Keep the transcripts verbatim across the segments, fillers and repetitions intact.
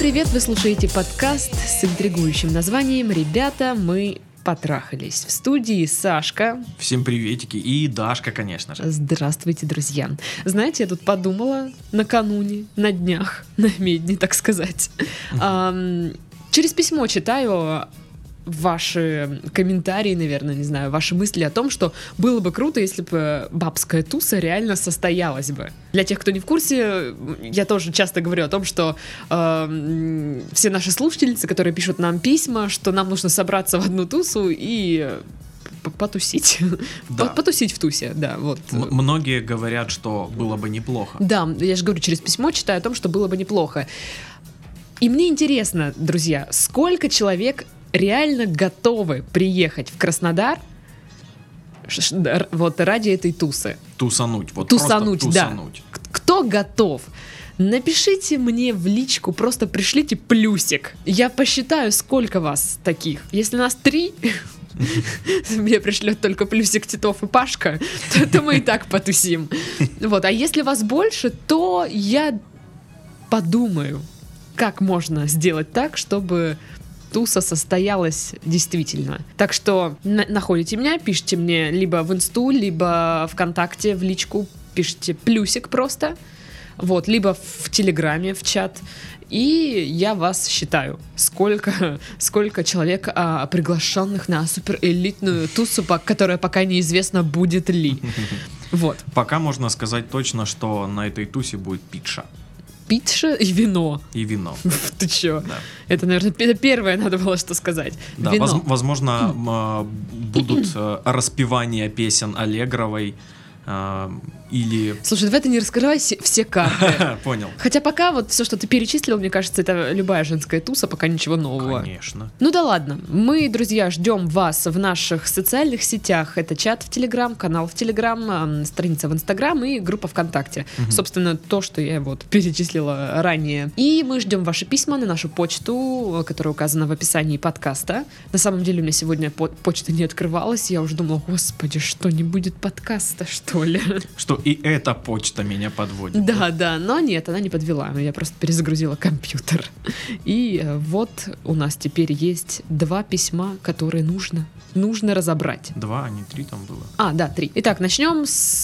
привет! Вы слушаете подкаст с интригующим названием «Ребята, мы потрахались». В студии Сашка. Всем приветики. И Дашка, конечно же. Здравствуйте, друзья. Знаете, я тут подумала накануне, на днях, на медне, так сказать. Uh-huh. Через письмо читаю ваши комментарии, наверное, не знаю, ваши мысли о том, что было бы круто, если бы бабская туса реально состоялась бы. Для тех, кто не в курсе, я тоже часто говорю о том, что э, все наши слушательницы, которые пишут нам письма, что нам нужно собраться в одну тусу и потусить. Да. Потусить в тусе, да. Вот. М- многие говорят, что было бы неплохо. Да, я же говорю, через письмо читаю о том, что было бы неплохо. И мне интересно, друзья, сколько человек реально готовы приехать в Краснодар вот ради этой тусы. Тусануть, вот тусануть, просто да. тусануть. Кто готов? Напишите мне в личку, просто пришлите плюсик. Я посчитаю, сколько вас таких. Если нас три, мне пришлет только плюсик Титов и Пашка, то мы и так потусим. Вот. А если вас больше, то я подумаю, как можно сделать так, чтобы туса состоялась действительно. Так что на- находите меня, пишите мне либо в инсту, либо ВКонтакте, в личку, пишите плюсик просто, вот, либо в Телеграме, в чат, и я вас считаю, сколько, сколько человек а, приглашенных на суперэлитную тусу, которая пока неизвестно, будет ли. Вот. Пока можно сказать точно, что на этой тусе будет питша. Питша и вино. И вино. Ты чё? Да. Это, наверное, это первое надо было что сказать. Да, вино. воз- возможно, э, будут э, распевания песен Аллегровой э, или... Слушай, давай ты не раскрывай все карты. Понял. Хотя пока вот все, что ты перечислил, мне кажется, это любая женская туса, пока ничего нового. Конечно. Ну да ладно. Мы, друзья, ждем вас в наших социальных сетях. Это чат в Телеграм, канал в Телеграм, страница в Инстаграм и группа ВКонтакте. Угу. Собственно, то, что я вот перечислила ранее. И мы ждем ваши письма на нашу почту, которая указана в описании подкаста. На самом деле у меня сегодня по- почта не открывалась. Я уже думала, господи, что не будет подкаста, что ли? Что и эта почта меня подводит. Да, да, но нет, она не подвела. Я просто перезагрузила компьютер. И вот у нас теперь есть два письма, которые нужно, нужно разобрать. Два, а не три там было. А, да, три. Итак, начнем с,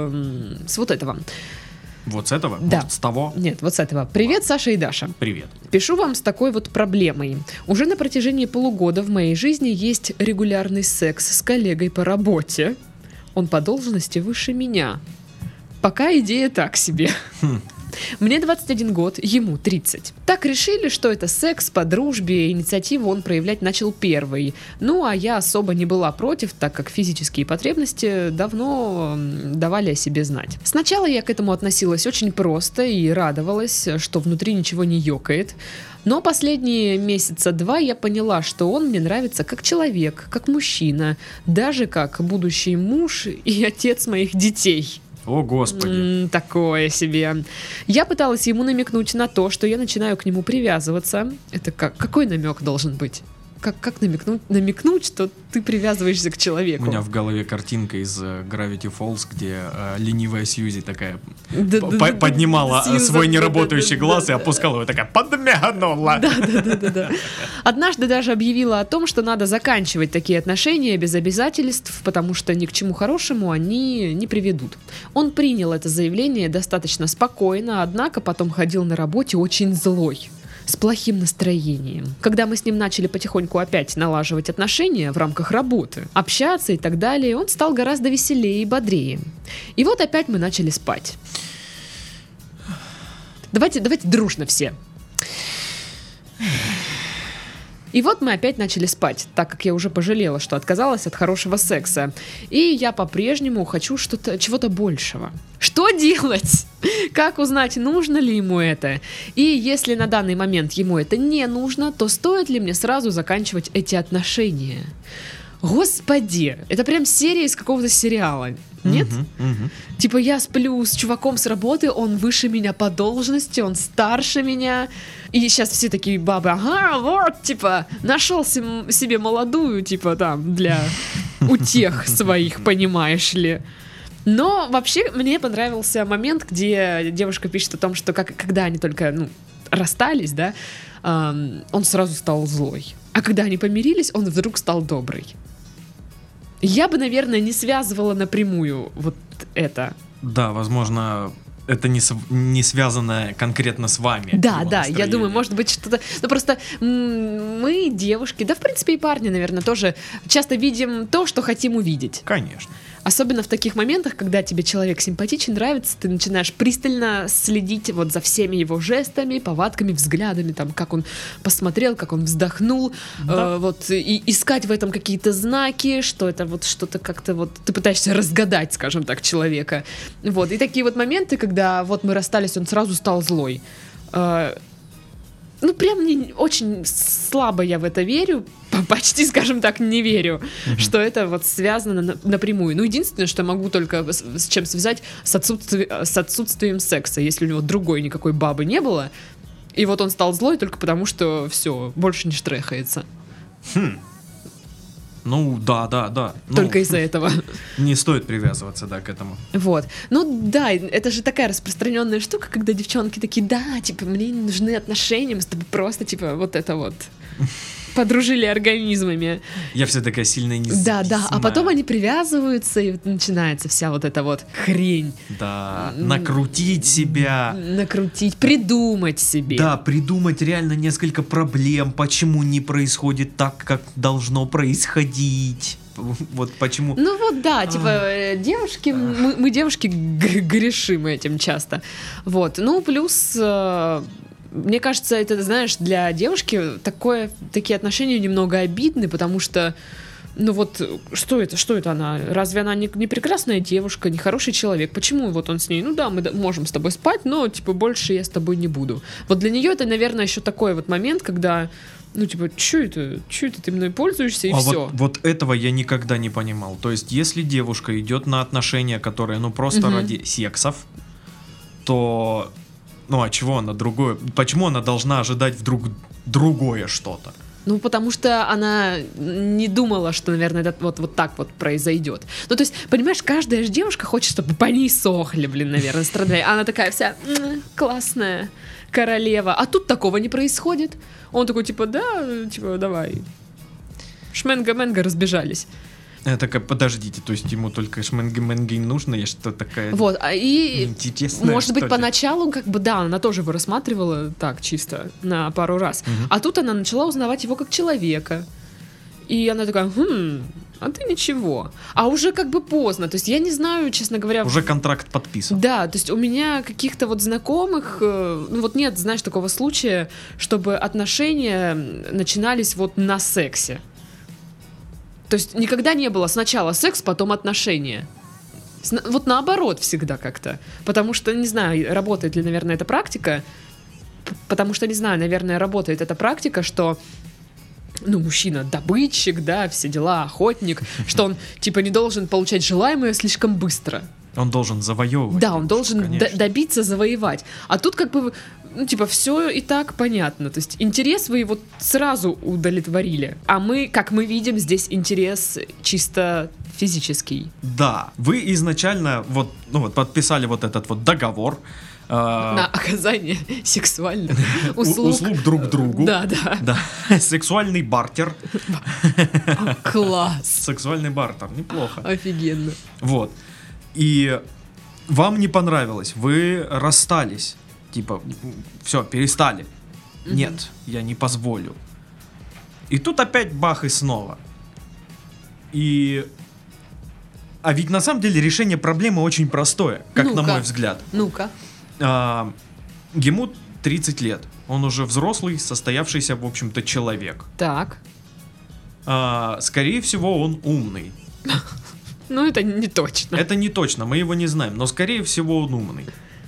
с вот этого. Вот с этого? Да. Может, с того? Нет, вот с этого. Привет, Саша и Даша. Привет. Пишу вам с такой вот проблемой. Уже на протяжении полугода в моей жизни есть регулярный секс с коллегой по работе. Он по должности выше меня. Пока идея так себе. Хм. Мне двадцать один год, ему тридцать. Так решили, что это секс по дружбе, инициативу он проявлять начал первый. Ну, а я особо не была против, так как физические потребности давно давали о себе знать. Сначала я к этому относилась очень просто и радовалась, что внутри ничего не ёкает. Но последние месяца два я поняла, что он мне нравится как человек, как мужчина, даже как будущий муж и отец моих детей. О, Господи. М-м, такое себе. Я пыталась ему намекнуть на то, что я начинаю к нему привязываться. Это как, какой намек должен быть? Как, как намекнуть, намекнуть, что ты привязываешься к человеку? У меня в голове картинка из uh, Gravity Falls, где uh, ленивая Сьюзи такая да, п- да, поднимала да, свой да, неработающий да, глаз да, и опускала его, такая подмянула. Да, да, да, да, да. Однажды даже объявила о том, что надо заканчивать такие отношения без обязательств, потому что ни к чему хорошему они не приведут. Он принял это заявление достаточно спокойно, однако потом ходил на работе очень злой, с плохим настроением. Когда мы с ним начали потихоньку опять налаживать отношения в рамках работы, общаться и так далее, он стал гораздо веселее и бодрее. И вот опять мы начали спать. Давайте, давайте дружно все. И вот мы опять начали спать, так как я уже пожалела, что отказалась от хорошего секса. И я по-прежнему хочу что-то, чего-то большего. Что делать? Как узнать, нужно ли ему это? И если на данный момент ему это не нужно, то стоит ли мне сразу заканчивать эти отношения? Господи, это прям серия из какого-то сериала. Нет? Угу, угу. Типа я сплю с чуваком с работы, он выше меня по должности, он старше меня. И сейчас все такие бабы, ага, вот, типа, нашел себе молодую, типа, там, для утех своих, понимаешь ли. Но вообще мне понравился момент, где девушка пишет о том, что как, когда они только, ну, расстались, да, эм, он сразу стал злой. А когда они помирились, он вдруг стал добрый. Я бы, наверное, не связывала напрямую вот это. Да, возможно, это не, св- не связано конкретно с вами. Да, его да, я настроение. думаю, может быть, что-то... Ну, просто м, мы, девушки, да, в принципе, и парни, наверное, тоже часто видим то, что хотим увидеть. Конечно. Особенно в таких моментах, когда тебе человек симпатичен, нравится, ты начинаешь пристально следить вот за всеми его жестами, повадками, взглядами, там, как он посмотрел, как он вздохнул, Да. э, вот, и искать в этом какие-то знаки, что это вот что-то как-то вот, ты пытаешься разгадать, скажем так, человека. Вот, и такие вот моменты, когда вот мы расстались, он сразу стал злой. Э, Ну, прям не, очень слабо я в это верю, почти, скажем так, не верю, Мгм. что это вот связано на- напрямую. Ну, единственное, что я могу только с, с чем связать, с, отсутствием, с отсутствием секса, если у него другой никакой бабы не было, и вот он стал злой только потому, что все, больше не штрехается. Хм. Ну, да, да, да. Ну, Только из-за этого. Не стоит привязываться, да, к этому. Вот. Ну да, это же такая распространенная штука, когда девчонки такие, да, типа, мне не нужны отношения, мы с тобой просто, типа, вот это вот подружили организмами. Я вся такая сильная не Да, да, а потом они привязываются, и вот начинается вся вот эта вот хрень. Да, М, накрутить себя. Накрутить, придумать себе. Да, придумать реально несколько проблем, почему не происходит так, как должно происходить. Вот почему. Ну вот да, типа э, девушки, мы, мы девушки г- грешим этим часто. Вот, ну плюс, э, мне кажется, это, знаешь, для девушки такое, такие отношения немного обидны, потому что, ну вот, что это, что это она? Разве она не, не прекрасная девушка, не хороший человек? Почему вот он с ней? Ну да, мы д- можем с тобой спать, но, типа, больше я с тобой не буду. Вот для нее это, наверное, еще такой вот момент, когда... Ну, типа, что это? Что это? Ты мной пользуешься, и А все. вот, вот этого я никогда не понимал. То есть, если девушка идет на отношения, которые, ну, просто Мгм. ради сексов, то, ну, а чего она другое? Почему она должна ожидать вдруг другое что-то? Ну, потому что она не думала, что, наверное, это вот, вот так вот произойдет. Ну, то есть, понимаешь, каждая же девушка хочет, чтобы по ней сохли, блин, наверное, страдали. А она такая вся «М, классная королева. А тут такого не происходит. Он такой, типа, да, типа, давай. Шменга-менга разбежались. Я такая, подождите, то есть ему только шменги-менги нужно, я что такая Вот, а и... интересная, Может быть, что ли? поначалу, как бы, да, она тоже его рассматривала так, чисто, на пару раз. Мгм. А тут она начала узнавать его как человека. И она такая, хм, а ты ничего. А уже как бы поздно. То есть я не знаю, честно говоря... Уже контракт подписан. Да, то есть у меня каких-то вот знакомых, э, ну вот нет, знаешь, такого случая, чтобы отношения начинались вот на сексе. То есть никогда не было сначала секс, потом отношения. Сна- Вот наоборот всегда как-то. Потому что, не знаю, работает ли, наверное, эта практика. П- Потому что, не знаю, наверное, работает эта практика, что ну, мужчина добытчик, да, все дела, охотник, что он, типа, не должен получать желаемое слишком быстро. Он должен завоевывать. Да, он девушку, должен д- конечно. добиться, завоевать. А тут как бы, ну, типа, все и так понятно. То есть интерес вы вот сразу удовлетворили. А мы, как мы видим, здесь интерес чисто физический. Да, вы изначально вот, ну вот подписали вот этот вот договор. э, На оказание сексуальных у- услуг. услуг друг другу. Да, да. Да, сексуальный бартер. Класс. Сексуальный бартер, неплохо. Офигенно. Вот. И вам не понравилось, вы расстались. Типа, все, перестали. Мгм. Нет, я не позволю. И тут опять бах и снова. И... А ведь на самом деле решение проблемы очень простое, как на Ну-ка. мой взгляд. Ну-ка. А, ему тридцать лет. Он уже взрослый, состоявшийся, в общем-то, человек. Так. А, скорее всего, он умный. Ну, это не точно. Это не точно, мы его не знаем, но скорее всего он умный.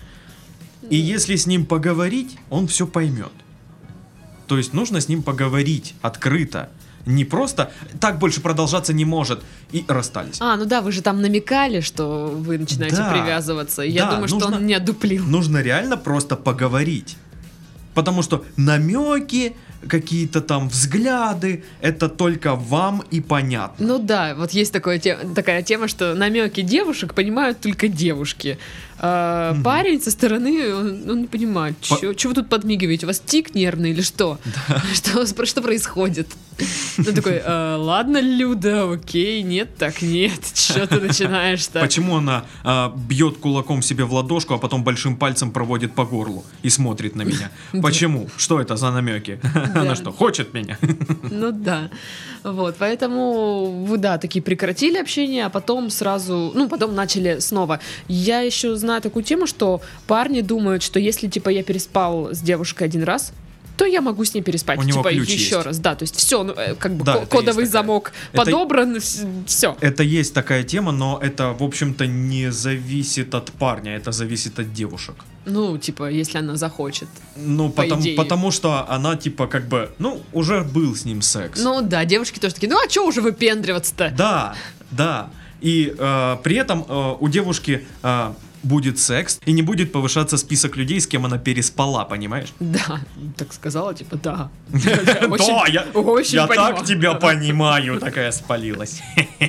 И если с ним поговорить, он все поймет. То есть нужно с ним поговорить открыто. Не просто так больше продолжаться не может. И расстались. А, ну да, вы же там намекали, что вы начинаете Да. привязываться. Я Да, думаю, что нужно- он не одуплил. Нужно реально просто поговорить. Потому что намеки, какие-то там взгляды, это только вам и понятно. Ну да, вот есть такое, те- такая тема, что намеки девушек понимают только девушки. А Мгм. парень со стороны, он, он не понимает, По- что вы тут подмигиваете, у вас тик нервный или что? Что, про- что происходит? Ну такой, «А, ладно, Люда, окей, нет, так нет, что ты начинаешь-то? Почему она а, бьет кулаком себе в ладошку, а потом большим пальцем проводит по горлу и смотрит на меня? Почему? Что это за намеки? Она что, хочет меня? Ну да. Вот, поэтому вы, да, такие прекратили общение, а потом сразу, ну, потом начали снова. Я еще знаю такую тему, что парни думают, что если, типа, я переспал с девушкой один раз, то я могу с ней переспать, У него типа, ключ еще есть. раз. Да, то есть все, ну, э, как бы Да, ко- это кодовый есть такая. замок Это- подобран, все. Это есть такая тема, но это, в общем-то, не зависит от парня, это зависит от девушек. Ну, типа, если она захочет. Ну, По потому, идее. потому что она, типа, как бы, ну, уже был с ним секс. Ну да, девушки тоже такие, ну а что уже выпендриваться-то? Да, да. И э, при этом э, у девушки э, будет секс, и не будет повышаться список людей, с кем она переспала, понимаешь? Да, так сказала, типа, да. Да, я, очень я понимаю. так тебя понимаю, такая спалилась.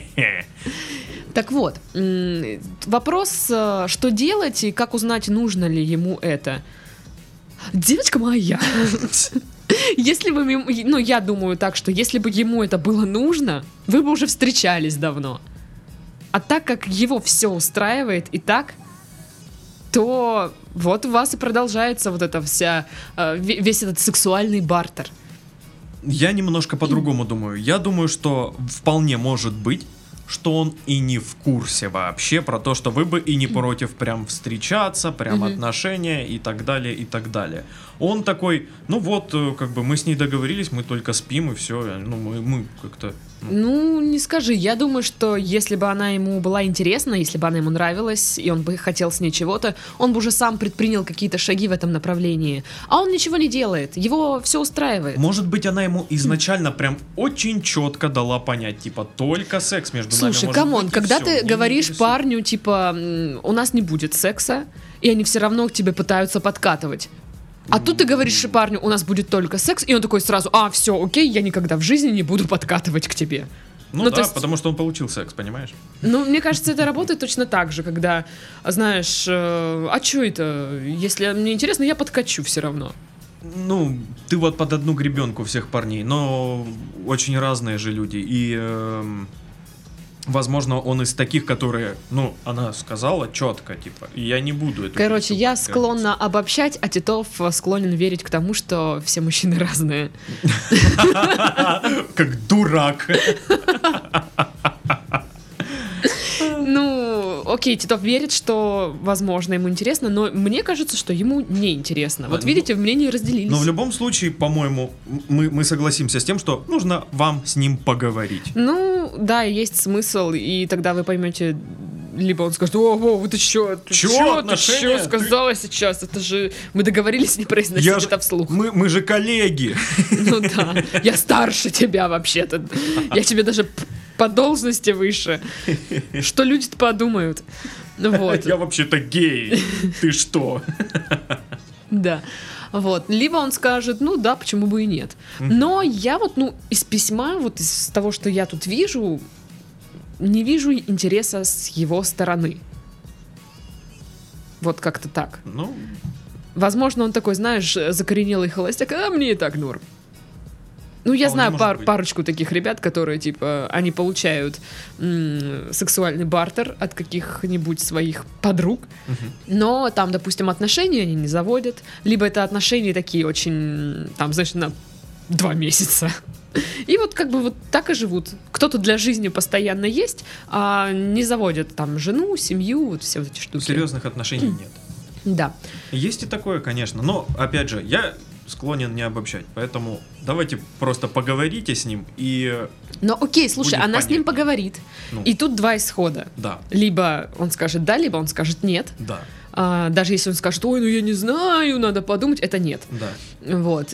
Так вот, м, вопрос, э, что делать и как узнать, нужно ли ему это. Девочка моя, если бы, ему- ну, я думаю так, что если бы ему это было нужно, вы бы уже встречались давно. А так как его все устраивает и так, то вот у вас и продолжается вот эта вся, э, ве- весь этот сексуальный бартер. Я немножко по-другому думаю. Я думаю, что вполне может быть, что он и не в курсе вообще про то, что вы бы и не против прям встречаться, прям Мгм. отношения и так далее, и так далее. Он такой, ну вот, э, как бы мы с ней договорились, мы только спим и все, ну мы, мы как-то... ну, Ну, не скажи. Я думаю, что если бы она ему была интересна, если бы она ему нравилась, и он бы хотел с ней чего-то, он бы уже сам предпринял какие-то шаги в этом направлении. А он ничего не делает. Его все устраивает. Может быть, она ему изначально прям очень четко дала понять, типа, только секс между нами Слушай, может камон, быть, и когда всё, ты меня не говоришь интересует. парню, типа, м, у нас не будет секса, и они все равно к тебе пытаются подкатывать. А тут ты говоришь парню, у нас будет только секс, и он такой сразу, а, все, окей, я никогда в жизни не буду подкатывать к тебе. Ну, ну, да, то есть- потому что он получил секс, понимаешь? Ну, мне кажется, это работает точно так же, когда, знаешь, э, а что это? Если мне интересно, я подкачу все равно. Ну, ты вот под одну гребенку всех парней, но очень разные же люди. И, эм, возможно, он из таких, которые, ну, она сказала четко, типа, я не буду эту Короче, я переступать склонна обобщать, а Титов э, склонен верить к тому, что все мужчины разные. границу. Как дурак. Ну, окей, Титов верит, что, возможно, ему интересно, но мне кажется, что ему не интересно. Вот Ну, видите, мнения разделились. Но в любом случае, по-моему, мы, мы согласимся с тем, что нужно вам с ним поговорить. Ну, да, есть смысл, и тогда вы поймете, либо он скажет, о, о, вы ты чё, ты Чё, чё, ты отношения? чё сказала сейчас, это же, мы договорились не произносить Я ж- это вслух. Мы, мы же коллеги. Ну да, я старше тебя вообще-то, я тебе даже п- по должности выше. Что люди-то подумают? Ну вот, Я вообще-то гей. Ты что? да. Вот. Либо он скажет, ну да, почему бы и нет. Но я вот, ну, из письма, вот из того, что я тут вижу, не вижу интереса с его стороны. Вот как-то так. Ну, Возможно, он такой, знаешь, закоренелый холостяк, а мне и так норм. Ну, я Вполне знаю может пар- быть. парочку таких ребят, которые, типа, они получают м, сексуальный бартер от каких-нибудь своих подруг, мгм. но там, допустим, отношения они не заводят, либо это отношения такие очень, там, знаешь, на два месяца. И вот как бы вот так и живут. Кто-то для жизни постоянно есть, а не заводят там жену, семью, вот все вот эти штуки. Серьезных отношений нет. Да. Есть и такое, конечно. Но, опять же, я склонен не обобщать. Поэтому давайте просто поговорите с ним и... Но окей, слушай, Будет она с ним понятнее. поговорит. Ну, И тут два исхода. да, Либо он скажет да, либо он скажет нет. да, А, даже если он скажет, ой, ну я не знаю, надо подумать, это нет. да. Вот.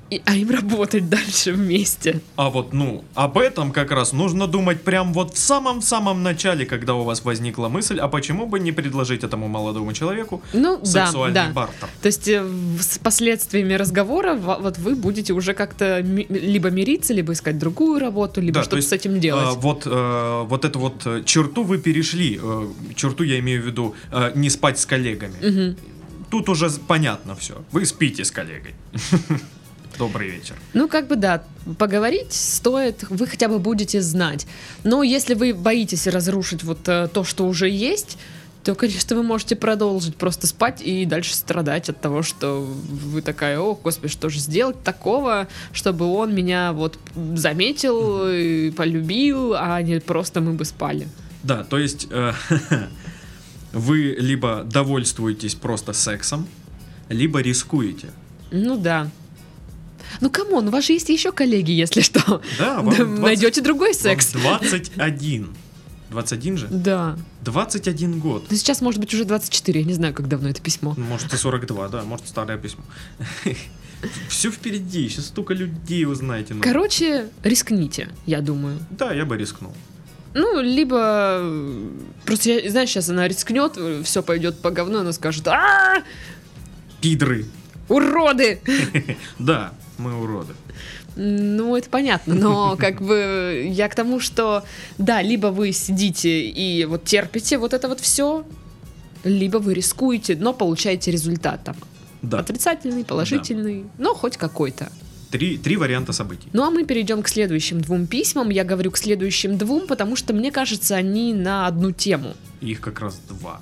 И, а им работать дальше вместе. А вот, ну, об этом как раз нужно думать прям вот в самом-самом начале, когда у вас возникла мысль, а почему бы не предложить этому молодому человеку Ну, сексуальный да, да. бартер? То есть э, в- с последствиями разговора во- вот вы будете уже как-то ми- либо мириться, либо искать другую работу, либо Да, то что-то есть, с этим делать. а, вот, э, вот эту вот э, черту вы перешли. э, черту я имею в виду э, не спать с коллегами. Мгм. Тут уже з- понятно все. Вы спите с коллегой. Добрый вечер. Ну, как бы да, поговорить стоит, вы хотя бы будете знать. Но если вы боитесь разрушить вот э, то, что уже есть, то, конечно, вы можете продолжить просто спать и дальше страдать от того, что вы такая: о, господи, что же сделать такого, чтобы он меня вот заметил и полюбил, а не просто мы бы спали. Да, то есть э, вы либо довольствуетесь просто сексом, либо рискуете. Ну да. Ну, камон, у вас же есть еще коллеги, если что. Да, вам Да, двадцать найдете другой секс. вам двадцать один. двадцать один же? Да. двадцать один год. Ну, сейчас, может быть, уже двадцать четыре, я не знаю, как давно это письмо. Может и сорок два, да, может старое письмо. Все впереди, сейчас столько людей узнаете. ну. Короче, рискните, я думаю. Да, я бы рискнул. Ну, либо... э, Просто, я- знаешь, сейчас она рискнет, все пойдет по говну, она скажет: а Пидры. уроды! Да, мы уроды. Ну, это понятно, но как бы я к тому, что да, либо вы сидите и вот терпите вот это вот все, либо вы рискуете, но получаете результат там. Да, Отрицательный, положительный, но хоть какой-то. три, три варианта событий. Ну а мы перейдем к следующим двум письмам. Я говорю к следующим двум, потому что мне кажется, они на одну тему. Их как раз два.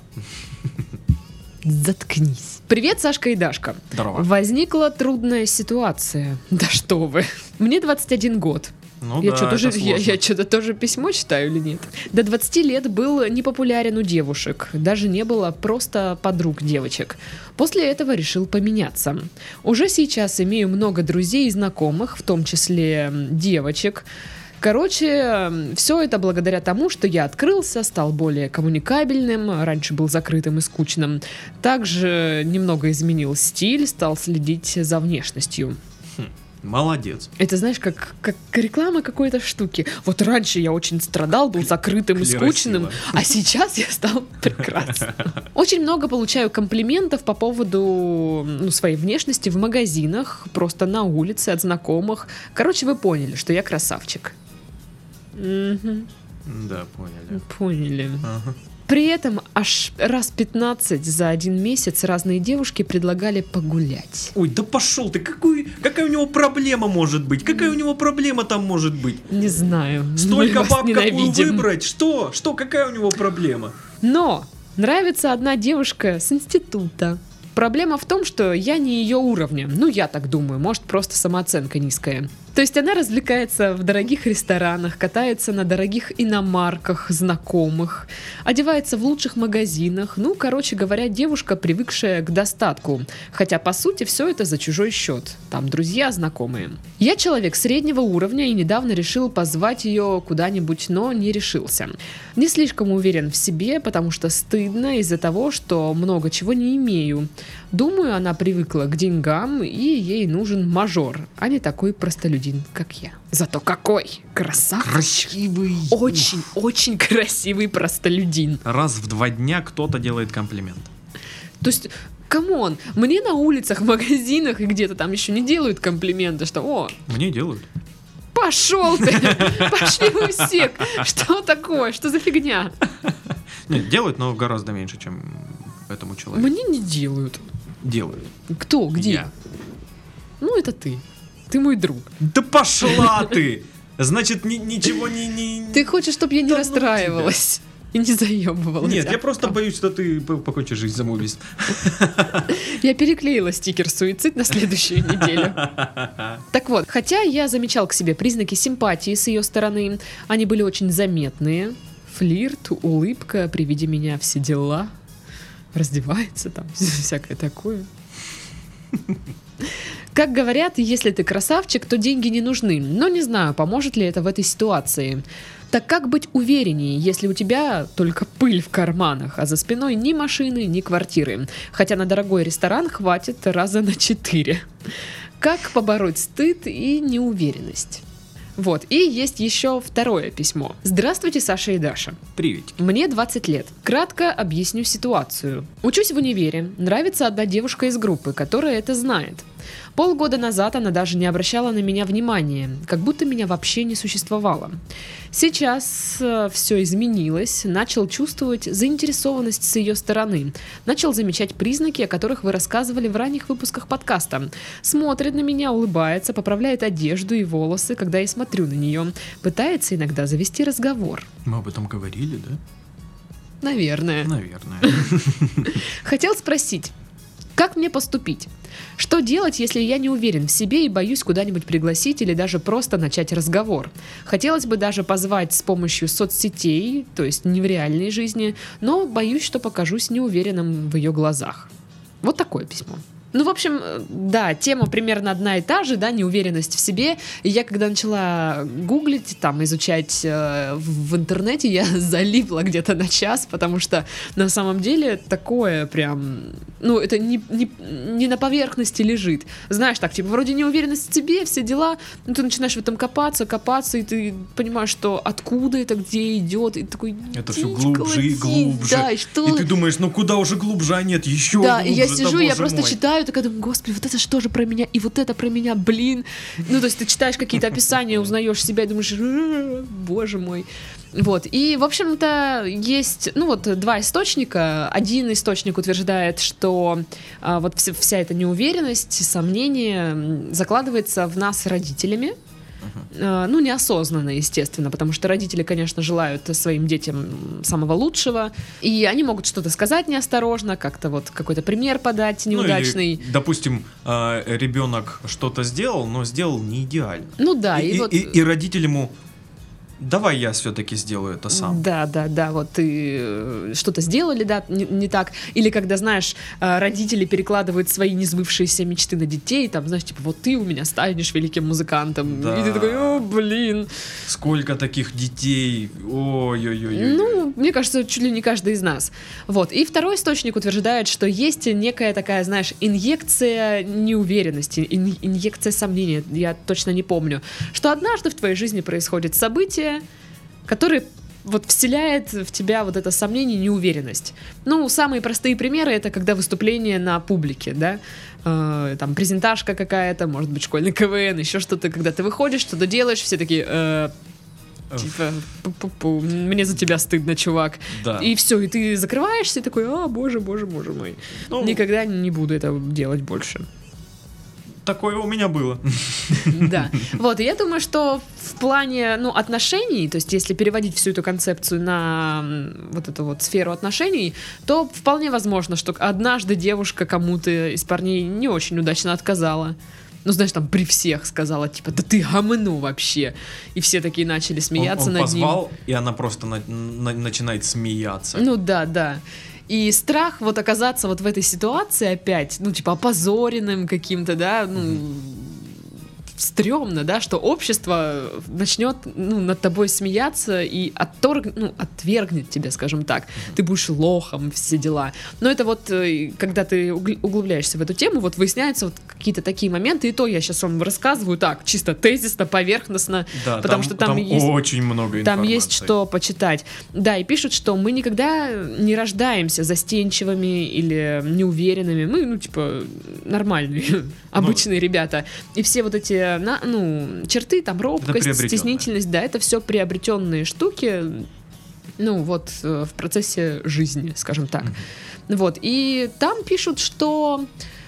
Заткнись. Привет, Сашка и Дашка. Здорово. Возникла трудная ситуация. Да что вы. Мне двадцать один год. Ну я да, что, тоже, это я, сложно. я что-то тоже письмо читаю или нет? До двадцати лет был непопулярен у девушек. Даже не было просто подруг девочек. После этого решил поменяться. Уже сейчас имею много друзей и знакомых, в том числе м, девочек. Короче, все это благодаря тому, что я открылся, стал более коммуникабельным, раньше был закрытым и скучным. Также немного изменил стиль, стал следить за внешностью. Молодец. Это, знаешь, как, как реклама какой-то штуки. Вот раньше я очень страдал, был закрытым и скучным, Красиво. а сейчас я стал прекрасным. Очень много получаю комплиментов по поводу ну, своей внешности в магазинах, просто на улице, от знакомых. Короче, вы поняли, что я красавчик. Мгм. Да, поняли. Поняли. Ага. При этом аж раз пятнадцать за один месяц разные девушки предлагали погулять. Ой, да пошел ты, какой, какая у него проблема может быть? Какая у него проблема там может быть? Не знаю. мы Столько вас баб какую ненавидим. выбрать? Что? Что? Какая у него проблема? Но нравится одна девушка с института. Проблема в том, что я не ее уровня. Ну, я так думаю, может, просто самооценка низкая. То есть она развлекается в дорогих ресторанах, катается на дорогих иномарках знакомых, одевается в лучших магазинах. Ну, короче говоря, девушка, привыкшая к достатку. Хотя, по сути, все это за чужой счет. Там друзья, знакомые. Я человек среднего уровня и недавно решил позвать ее куда-нибудь, но не решился. Не слишком уверен в себе, потому что стыдно из-за того, что много чего не имею. Думаю, она привыкла к деньгам, и ей нужен мажор, а не такой простолюдин, как я. Зато какой красавчик! Красивый. Очень, очень красивый простолюдин. Раз в два дня кто-то делает комплимент. То есть, камон, мне на улицах, в магазинах и где-то там еще не делают комплименты, что «О, Мне делают. пошел ты! Пошли вы все! Что такое? Что за фигня?» Нет, делают, но гораздо меньше, чем этому человеку. Мне не делают. Делают. Кто? Где? Я. Ну, это ты. Ты мой друг. Да пошла ты! Значит, ни- ничего не... не... Ты хочешь, чтобы я не Да ну расстраивалась и не заебывалась? Нет, а? я просто боюсь, что ты по- покончишь жизнь самоубийством. Я переклеила стикер «Суицид» на следующую неделю. Так вот, хотя я замечал к себе признаки симпатии с ее стороны, они были очень заметные. Флирт, улыбка, при виде меня все дела. Раздевается там, всякое такое. Как говорят, если ты красавчик, то деньги не нужны. Но не знаю, поможет ли это в этой ситуации. Так как быть увереннее, если у тебя только пыль в карманах, а за спиной ни машины, ни квартиры? Хотя на дорогой ресторан хватит раза на четыре. Как побороть стыд и неуверенность? Вот, и есть еще второе письмо. Здравствуйте, Саша и Даша. Приветики. Мне двадцать лет. Кратко объясню ситуацию. Учусь в универе. Нравится одна девушка из группы, которая это знает. Полгода назад она даже не обращала на меня внимания, как будто меня вообще не существовало. Сейчас э, все изменилось, начал чувствовать заинтересованность с ее стороны, начал замечать признаки, о которых вы рассказывали в ранних выпусках подкаста. Смотрит на меня, улыбается, поправляет одежду и волосы, когда я смотрю на нее, пытается иногда завести разговор. Мы об этом говорили, да? Наверное. Наверное. Хотел спросить, как мне поступить? Что делать, если я не уверен в себе и боюсь куда-нибудь пригласить или даже просто начать разговор? Хотелось бы даже позвать с помощью соцсетей, то есть не в реальной жизни, но боюсь, что покажусь неуверенным в ее глазах. Вот такое письмо. Ну, в общем, да, тема примерно одна и та же, да, неуверенность в себе. И я, когда начала гуглить, там, изучать э, в, в интернете, я залипла где-то на час, потому что на самом деле такое прям, ну, это не, не, не на поверхности лежит. Знаешь, так, типа, вроде неуверенность в себе, все дела, ну, ты начинаешь в этом копаться, копаться, и ты понимаешь, что откуда это, где идет, и такой... Это все глубже и глубже. Да, и, что... и ты думаешь, ну, куда уже глубже, а нет, еще да, глубже. И я сижу, да, я просто мой. читаю, такая думаю, господи, вот это что же про меня, и вот это про меня, блин. Ну, то есть ты читаешь какие-то описания, узнаешь себя и думаешь, боже мой. Вот, и, в общем-то, есть, ну, вот, два источника. Один источник утверждает, что а, вот вся, вся эта неуверенность, сомнение закладывается в нас родителями. Uh-huh. Ну, неосознанно, естественно, потому что родители, конечно, желают своим детям самого лучшего, и они могут что-то сказать неосторожно, как-то вот какой-то пример подать неудачный. Ну, или, допустим, ребенок что-то сделал, но сделал не идеально. Ну да, и, и, и вот... и, и родитель ему: давай я все-таки сделаю это сам. Да, да, да, вот ты что-то сделали, да, не, не так. Или когда, знаешь, родители перекладывают свои несбывшиеся мечты на детей, там, знаешь, типа, вот ты у меня станешь великим музыкантом. Да. И ты такой, о, блин. Сколько таких детей, ой-ой-ой. Ну, мне кажется, чуть ли не каждый из нас. Вот. И второй источник утверждает, что есть некая такая, знаешь, инъекция неуверенности, ин- инъекция сомнения, я точно не помню, что однажды в твоей жизни происходит событие, который вот вселяет в тебя вот это сомнение, неуверенность. Ну, самые простые примеры — это когда выступление на публике, да, э, там презентажка какая-то, может быть, школьный КВН, еще что-то, когда ты выходишь, что-то делаешь, все такие... Э, типа, пу-пу-пу, мне за тебя стыдно, чувак. Да. И все, и ты закрываешься и такой, а, боже, боже, боже мой. Ну, никогда не буду это делать больше. Такое у меня было. Да. Вот, и я думаю, что в плане, ну, отношений, то есть если переводить всю эту концепцию на вот эту вот сферу отношений, то вполне возможно, что однажды девушка кому-то из парней не очень удачно отказала. Ну, знаешь, там при всех сказала, типа, да ты гомно вообще. И все такие начали смеяться он, он над ним. позвал, и она просто на, на, начинает смеяться. Ну да, да. И страх вот оказаться вот в этой ситуации опять, ну, типа, опозоренным каким-то, да, ну, mm-hmm. стрёмно, да, что общество начнет, ну, над тобой смеяться и отторг... ну, отвергнет тебя, скажем так. Mm-hmm. Ты будешь лохом, все дела. Но это вот, когда ты углубляешься в эту тему, вот выясняются вот какие-то такие моменты, и то я сейчас вам рассказываю так, чисто тезисно, поверхностно, да, потому там, что там, там есть... очень много информации. Там есть что почитать. Да, и пишут, что мы никогда не рождаемся застенчивыми или неуверенными. Мы, ну, типа, нормальные, обычные ну, ребята. И все вот эти, на, ну, черты, там, робкость, стеснительность, да, это все приобретенные штуки, ну, вот, в процессе жизни, скажем так. Mm-hmm. Вот, и там пишут, что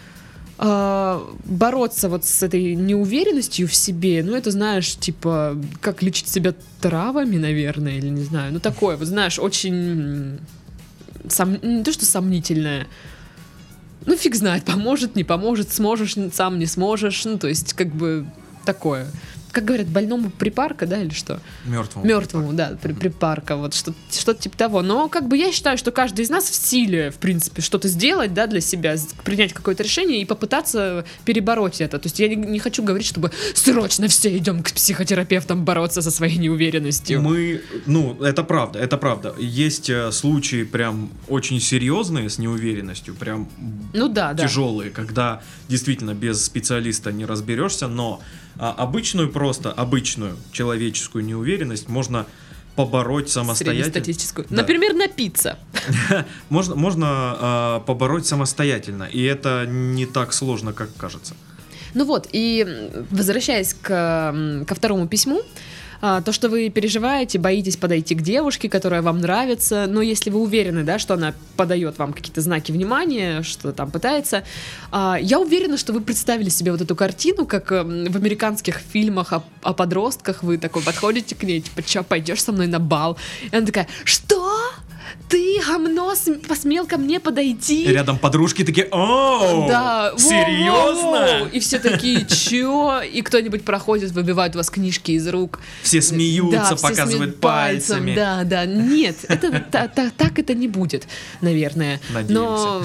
э, бороться вот с этой неуверенностью в себе, ну, это, знаешь, типа, как лечить себя травами, наверное, или не знаю, ну, такое, вот, знаешь, очень, сом... не то, что сомнительное, ну, фиг знает, поможет, не поможет, сможешь, сам не сможешь, ну, то есть, как бы, такое. как говорят, больному припарка, да, или что? Мертвому. Мертвому, да, при, припарка, вот что, что-то типа того. Но как бы я считаю, что каждый из нас в силе, в принципе, что-то сделать, да, для себя, принять какое-то решение и попытаться перебороть это. То есть я не, не хочу говорить, чтобы срочно все идем к психотерапевтам бороться со своей неуверенностью. Мы, ну, это правда, это правда. Есть э, случаи прям очень серьезные с неуверенностью, прям ну, да, тяжелые, да. Когда действительно без специалиста не разберешься, но а, обычную просто, обычную человеческую неуверенность можно побороть самостоятельно. Среднестатистическую. Да. Например, напиться. Можно, можно а, побороть самостоятельно, и это не так сложно, как кажется. Ну вот, и возвращаясь к, ко второму письму, то, что вы переживаете, боитесь подойти к девушке, которая вам нравится, но если вы уверены, да, что она подает вам какие-то знаки внимания, что там пытается, я уверена, что вы представили себе вот эту картину, как в американских фильмах о, о подростках, вы такой подходите к ней, типа, чё, пойдешь со мной на бал? И она такая, что? Ты, гомно, посмел ко мне подойти? И рядом подружки такие, о, да, серьезно? И все такие, чё? И кто-нибудь проходит, выбивает у вас книжки из рук. Все смеются, да, показывают все пальцами. Да, да, нет, это, та, та, так это не будет, наверное. Надеемся. Но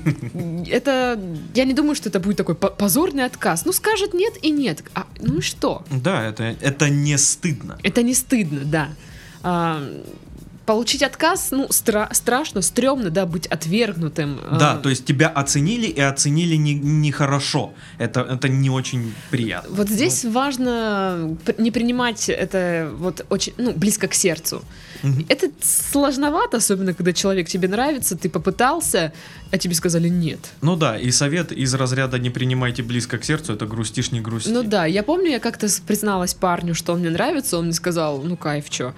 это, я не думаю, что это будет такой позорный отказ. Ну, скажет нет и нет. А, ну и что? Да, это, это не стыдно. Это не стыдно, да. А, получить отказ, ну, стра- страшно, стрёмно, да, быть отвергнутым. Да, то есть тебя оценили и оценили нехорошо. Не это, это не очень приятно. Вот здесь ну. важно не принимать это вот очень, ну, близко к сердцу. Угу. Это сложновато, особенно когда человек тебе нравится, ты попытался, а тебе сказали нет. Ну да, и совет из разряда «не принимайте близко к сердцу» — это грустишь, не грусти. Ну да, я помню, я как-то призналась парню, что он мне нравится, он мне сказал, ну кайф, чё.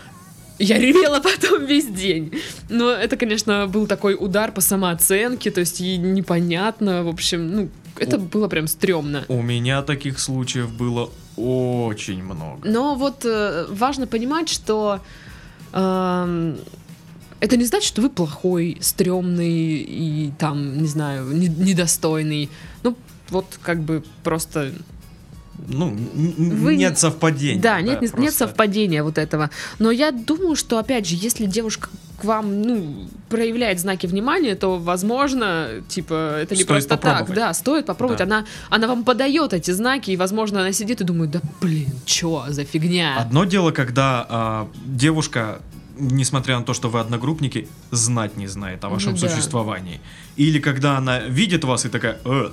Я ревела потом весь день. Но это, конечно, был такой удар по самооценке, то есть ей непонятно, в общем, ну, это у, было прям стрёмно. У меня таких случаев было очень много. Но вот э, важно понимать, что э, это не значит, что вы плохой, стрёмный и там, не знаю, не, недостойный. Ну, вот как бы просто... Ну, Вы... нет совпадения. Да, нет, да, нет, нет совпадения вот этого. Но я думаю, что, опять же, если девушка к вам, ну, проявляет знаки внимания, то, возможно, типа, это не стоит просто так. Да, стоит попробовать. Да. Она, она вам подает эти знаки, и, возможно, она сидит и думает, да, блин, чё за фигня? Одно дело, когда а, девушка, несмотря на то, что вы одногруппники, знать не знает о вашем ну, существовании. Да. Или когда она видит вас и такая... Э,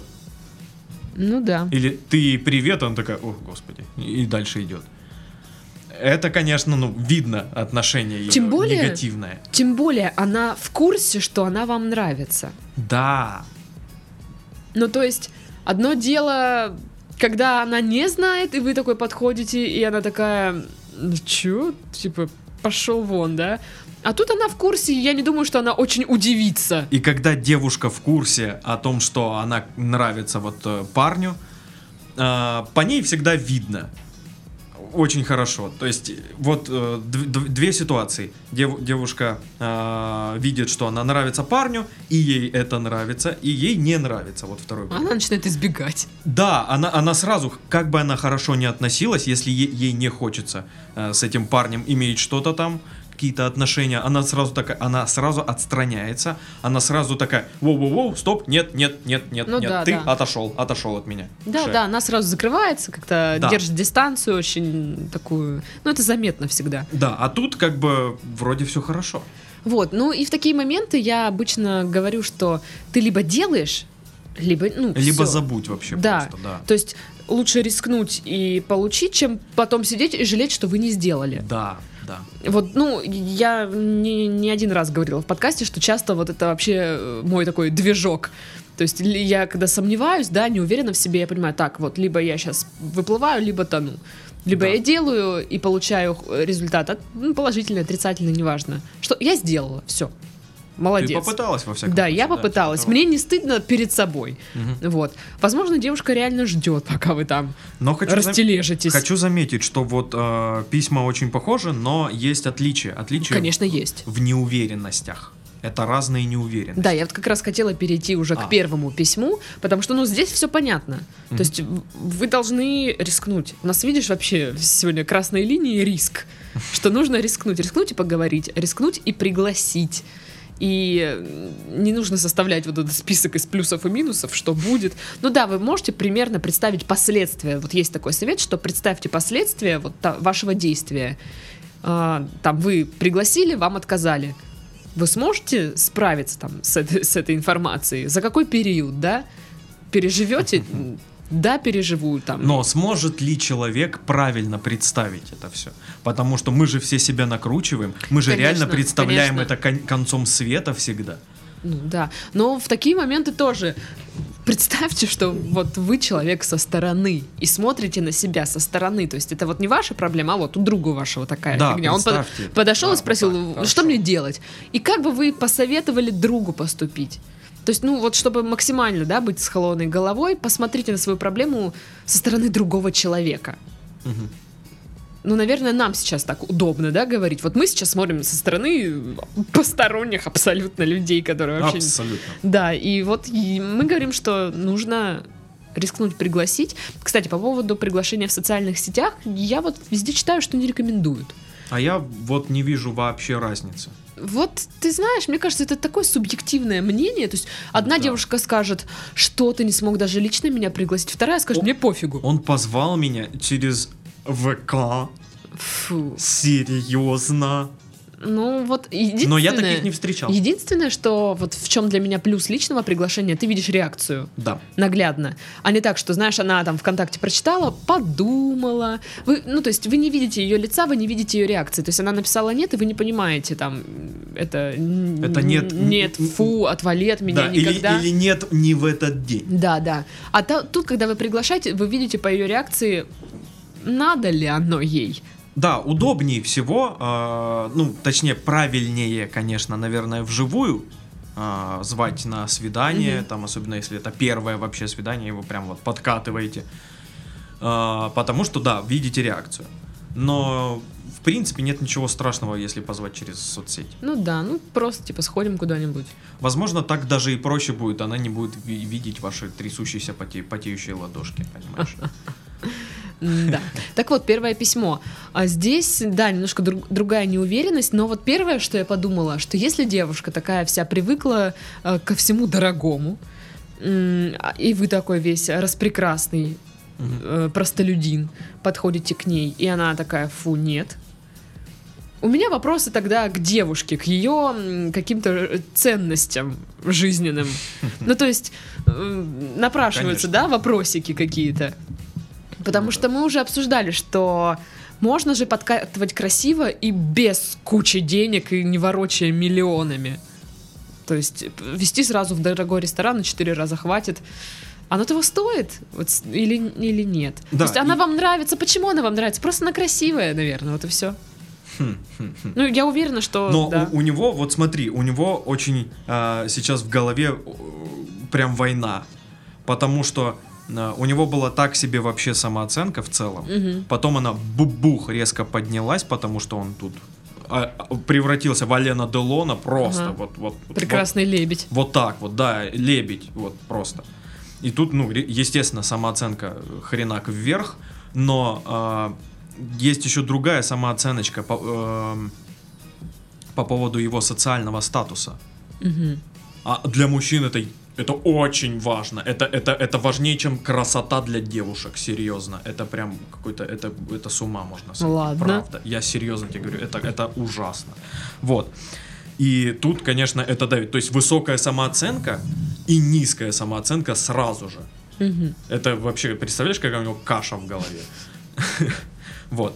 ну да. Или ты привет, он такая, о, господи, и дальше идет. Это, конечно, ну, видно отношение ее тем более, негативное. Тем более она в курсе, что она вам нравится. Да. Ну, то есть, одно дело, когда она не знает, и вы такой подходите, и она такая, ну чё, типа, пошел вон, да? А тут она в курсе, и я не думаю, что она очень удивится. И когда девушка в курсе о том, что она нравится вот э, парню, э, по ней всегда видно. Очень хорошо. То есть вот э, д- две ситуации. Дев- девушка э, видит, что она нравится парню, и ей это нравится, и ей не нравится. Вот второй вариант. Она начинает избегать. Да, она, она сразу, как бы она хорошо не относилась, если ей, ей не хочется э, с этим парнем иметь что-то там, какие-то отношения, она сразу такая, она сразу отстраняется, она сразу такая, воу-воу-воу, стоп, нет, нет, нет, нет, ну, нет, да, ты да. отошел, отошел от меня. Да, Шея. да, она сразу закрывается, как-то да. держит дистанцию очень такую, ну это заметно всегда. Да, а тут как бы вроде все хорошо. Вот, ну и в такие моменты я обычно говорю, что ты либо делаешь, либо, ну, либо всё. забудь вообще да. просто, да. То есть лучше рискнуть и получить, чем потом сидеть и жалеть, что вы не сделали. Да. Да. Вот, ну, я не, не один раз говорила в подкасте, что часто вот это вообще мой такой движок. То есть я когда сомневаюсь, да, не уверена в себе, я понимаю, так, вот, либо я сейчас выплываю, либо тону. Либо да. я делаю и получаю результат, ну, положительный, отрицательный, неважно. Что я сделала, все. Молодец. Ты попыталась, во всяком Да, случае. я попыталась. Да, Мне не стыдно перед собой. Угу. Вот. Возможно, девушка реально ждет, пока вы там но хочу растележитесь. Зам... Хочу заметить, что вот э, письма очень похожи, но есть отличия. Отличия Конечно, в, есть. В неуверенностях. Это разные неуверенности. Да, я вот как раз хотела перейти уже А. к первому письму, потому что, ну, здесь все понятно. Мгм. То есть в- вы должны рискнуть. У нас, видишь, вообще сегодня красные линии — риск. Что нужно рискнуть. Рискнуть и поговорить. Рискнуть и пригласить. И э, не нужно составлять вот этот список из плюсов и минусов, что будет. Ну да, вы можете примерно представить последствия. Вот есть такой совет, что представьте последствия вот та- вашего действия. А, там вы пригласили, вам отказали. Вы сможете справиться там с этой, с этой информацией? За какой период, да? Переживете? Да, переживу там. Но сможет ли человек правильно представить это все? Потому что мы же все себя накручиваем, мы же Конечно, реально представляем конечно. это кон- концом света всегда. Ну да. Но в такие моменты тоже представьте, что вот вы человек со стороны и смотрите на себя со стороны. То есть это вот не ваша проблема, а вот у друга вашего такая Да, фигня. Он под- представьте это. подошел Да, и спросил, вот так, что хорошо. мне делать? И как бы вы посоветовали другу поступить? То есть, ну вот, чтобы максимально, да, быть с холодной головой, посмотрите на свою проблему со стороны другого человека. Мгм. Ну, наверное, нам сейчас так удобно, да, говорить. Вот мы сейчас смотрим со стороны посторонних абсолютно людей, которые вообще... Абсолютно. Да, и вот и мы говорим, что нужно рискнуть пригласить. Кстати, по поводу приглашения в социальных сетях, я вот везде читаю, что не рекомендуют. А я вот не вижу вообще разницы. Вот, ты знаешь, мне кажется, это такое субъективное мнение. То есть одна Да. девушка скажет, что ты не смог даже лично меня пригласить, вторая скажет, О- мне пофигу. Он позвал меня через ВК. Фу. Серьезно? Ну вот единственное... Но я таких не встречал. Единственное, что вот в чем для меня плюс личного приглашения, ты видишь реакцию Да. наглядно, а не так, что, знаешь, она там ВКонтакте прочитала, подумала, вы, ну, то есть вы не видите ее лица, вы не видите ее реакции, то есть она написала нет, и вы не понимаете, там, это... н- Это нет- Нет, фу, отвали от меня Да, или, никогда. или нет, не в этот день. Да, да. А та- тут, когда вы приглашаете, вы видите по ее реакции, надо ли оно ей. Да, удобнее всего, э, ну, точнее, правильнее, конечно, наверное, вживую э, звать на свидание, Мгм. там, особенно если это первое вообще свидание, его прям вот подкатываете. Э, потому что, да, видите реакцию. Но, в принципе, нет ничего страшного, если позвать через соцсети. Ну да, ну просто типа сходим куда-нибудь. Возможно, так даже и проще будет, она не будет ви- видеть ваши трясущиеся, поте- потеющие ладошки, понимаешь? Да. Так вот, первое письмо. А здесь, да, немножко друг- другая неуверенность, но вот первое, что я подумала, что если девушка такая вся привыкла э, ко всему дорогому, м, а- и вы такой весь распрекрасный Мгм. э, простолюдин, подходите к ней, и она такая, фу, нет. У меня вопросы тогда к девушке, к ее м, каким-то э, ценностям жизненным. Ну, то есть, э, напрашиваются, Конечно. да, вопросики какие-то. Потому Ну что мы уже обсуждали, что можно же подкатывать красиво и без кучи денег и не ворочая миллионами. То есть п- вести сразу в дорогой ресторан на четыре раза хватит. Оно того стоит? Вот, с- или, или нет? Да, То есть она и- вам нравится. Почему она вам нравится? Просто она красивая, наверное, вот и все. Хм, хм, хм. Ну, я уверена, что... Но да. у, у него, вот смотри, у него очень а, сейчас в голове э, прям война. Потому что а, у него была так себе вообще самооценка в целом. Мгм. Потом она бубух резко поднялась, потому что он тут а, а, превратился в Алена Делона просто. Ага. Вот, вот, вот- Прекрасный лебедь. Вот так вот, да, лебедь, вот просто. И тут, ну, ре- естественно, самооценка хренак вверх, но а, есть еще другая самооценочка по, эм, по поводу его социального статуса. Мгм. А для мужчин это, это очень важно. Это, это, это важнее, чем красота для девушек, серьезно. Это прям какой-то, это, это с ума можно сойти. Ладно. Правда. Я серьезно тебе говорю, это, это ужасно. Вот. И тут, конечно, это давит. То есть высокая самооценка и низкая самооценка сразу же. Мгм. Это вообще, представляешь, какая у него каша в голове. Вот.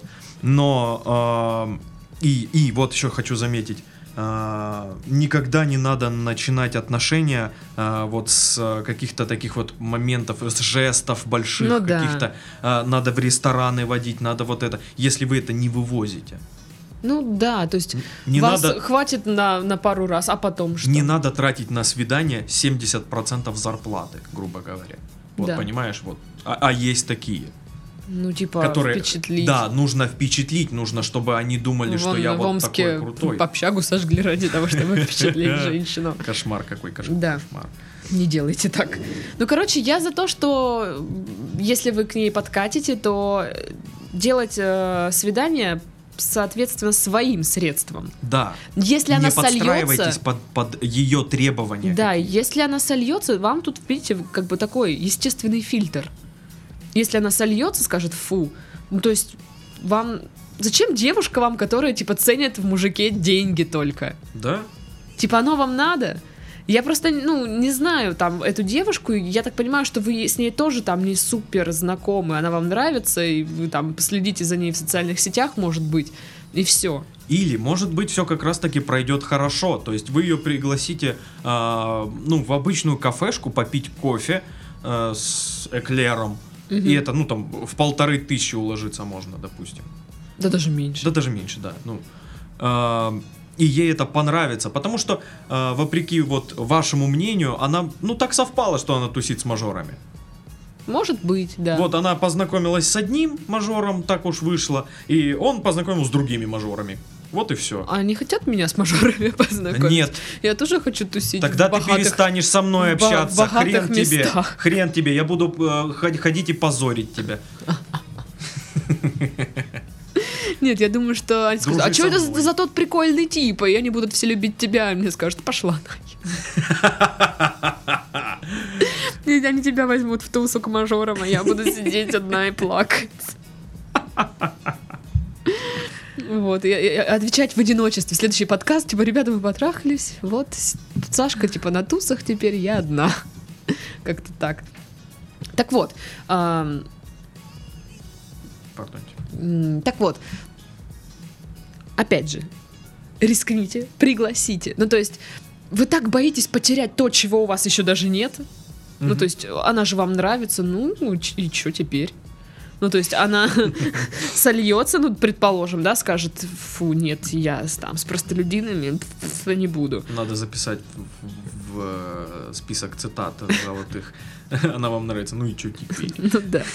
Но э, и, и вот еще хочу заметить. э, никогда не надо начинать отношения э, вот с э, каких-то таких вот моментов, с жестов больших, Ну да. каких-то э, надо в рестораны водить, надо вот это. Если вы это не вывозите. Ну да, то есть Не вас надо, хватит на, на пару раз, а потом что? не надо тратить на свидание семьдесят процентов зарплаты, грубо говоря. Вот Да. понимаешь, вот. А, а есть такие. Ну, типа, которые, впечатлить. да, нужно впечатлить, нужно, чтобы они думали, Вон что я в вот Омске такой крутой. общагу сожгли ради того, чтобы впечатлить женщину. Кошмар какой, кошмар. Да. кошмар. Не делайте так. Ну, короче, я за то, что если вы к ней подкатите, то делать э, свидание, соответственно, своим средствам. Да. Если не она подстраивайтесь сольется, под, под ее требования. да, какие-то. если она сольется, вам тут, видите, как бы такой естественный фильтр. Если она сольется, скажет фу, ну, то есть вам... Зачем девушка вам, которая, типа, ценит в мужике деньги только? Да? Типа, оно вам надо? Я просто, ну, не знаю, там, эту девушку, я так понимаю, что вы с ней тоже там не супер знакомы, она вам нравится, и вы там последите за ней в социальных сетях, может быть, и все. Или, может быть, все как раз-таки пройдет хорошо. То есть вы ее пригласите э, ну, в обычную кафешку попить кофе э, с эклером. Угу. И это, ну, там, в полторы тысячи уложиться можно, допустим. Да даже меньше. Да даже меньше, да. Ну, э, и ей это понравится. Потому что, э, вопреки вот вашему мнению, она, ну, так совпало, что она тусит с мажорами. Может быть, да. Вот она познакомилась с одним мажором, так уж вышло, и он познакомился с другими мажорами. Вот и все. А они хотят меня с мажорами познакомить? Нет. Я тоже хочу тусить. Тогда в ты богатых... перестанешь со мной общаться. в богатых Хрен тебе. местах. Хрен тебе. Я буду э, ходить и позорить тебя. Нет, я думаю, что они скажут, а Дружи что со это мной. за, за тот прикольный тип? И они будут все любить тебя, и мне скажут, пошла нахер. И они тебя возьмут в тусу к мажорам, а я буду сидеть одна и плакать. Вот, и, и отвечать в одиночестве. Следующий подкаст, типа, ребята, мы потрахались, вот, Сашка, типа, на тусах теперь, я одна. Как-то так. Так вот, эм, Пардоньте. м, так вот, опять же, рискните, пригласите. Ну, то есть, вы так боитесь потерять то, чего у вас еще даже нет. Ну, Мгм. то есть, она же вам нравится, ну, ч- и что теперь? Ну, то есть, она сольется, ну, предположим, да, скажет, фу, нет, я там с простолюдинами пф, не буду. Надо записать в, в, э, список цитат золотых. Она вам нравится. Ну и что теперь? Ну, да.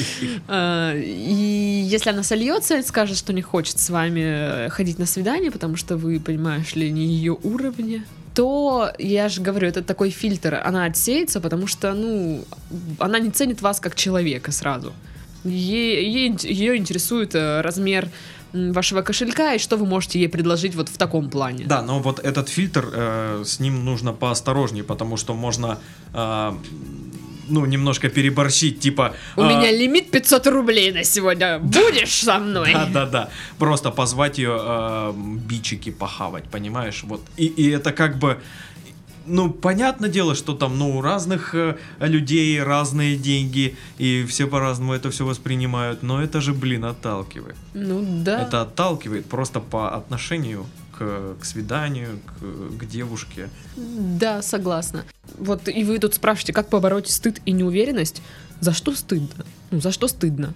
А, И если она сольется и скажет, что не хочет с вами ходить на свидание, потому что вы, понимаешь ли, не ее уровня, то, я же говорю, это такой фильтр, она отсеется, потому что, ну, она не ценит вас как человека сразу. Ей, ей- ее интересует э, размер м, вашего кошелька и что вы можете ей предложить вот в таком плане. Да, но вот этот фильтр, э, с ним нужно поосторожнее, потому что можно, э, ну, немножко переборщить, типа... У э, меня лимит пятьсот рублей на сегодня. Будешь со мной? Да-да-да, просто позвать ее э, бичики похавать, понимаешь? Вот. И, и это как бы... Ну, понятное дело, что там, ну, у разных э, людей разные деньги, и все по-разному это все воспринимают, но это же, блин, отталкивает. Ну да. Это отталкивает просто по отношению к, к свиданию, к, к девушке. Да, согласна. Вот и вы тут спрашиваете, как побороть стыд и неуверенность? За что стыдно? Ну, за что стыдно?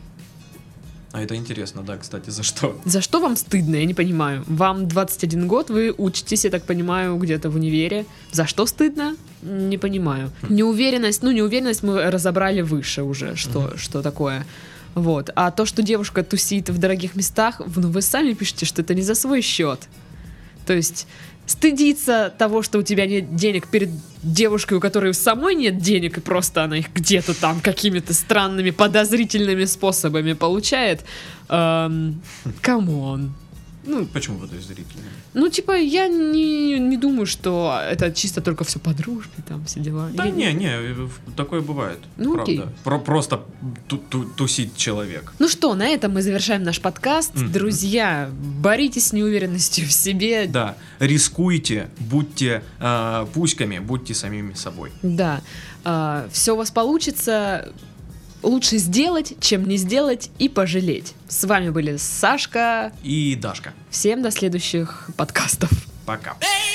А это интересно, да, кстати, за что? За что вам стыдно? Я не понимаю. Вам двадцать один год, вы учитесь, я так понимаю, где-то в универе. За что стыдно? Не понимаю. Неуверенность, ну, неуверенность мы разобрали выше уже, что, Мгм. что такое. Вот. А то, что девушка тусит в дорогих местах, ну, вы сами пишете, что это не за свой счет. То есть стыдиться того, что у тебя нет денег перед девушкой, у которой у самой нет денег, и просто она их где-то там какими-то странными, подозрительными способами получает. Эм, камон. Ну, Почему вы зрители? ну, типа, я не, не думаю, что это чисто только все по дружбе, там все дела. Да Я не, не, такое бывает. Ну, правда. окей. Про- просто ту- ту- тусит человек. Ну что, на этом мы завершаем наш подкаст. Мгм. Друзья, боритесь с неуверенностью в себе. Да, рискуйте, будьте э, пуськами, будьте самими собой. Да, все у вас получится. Лучше сделать, чем не сделать и пожалеть. С вами были Сашка. И Дашка. Всем до следующих подкастов. Пока. Baby!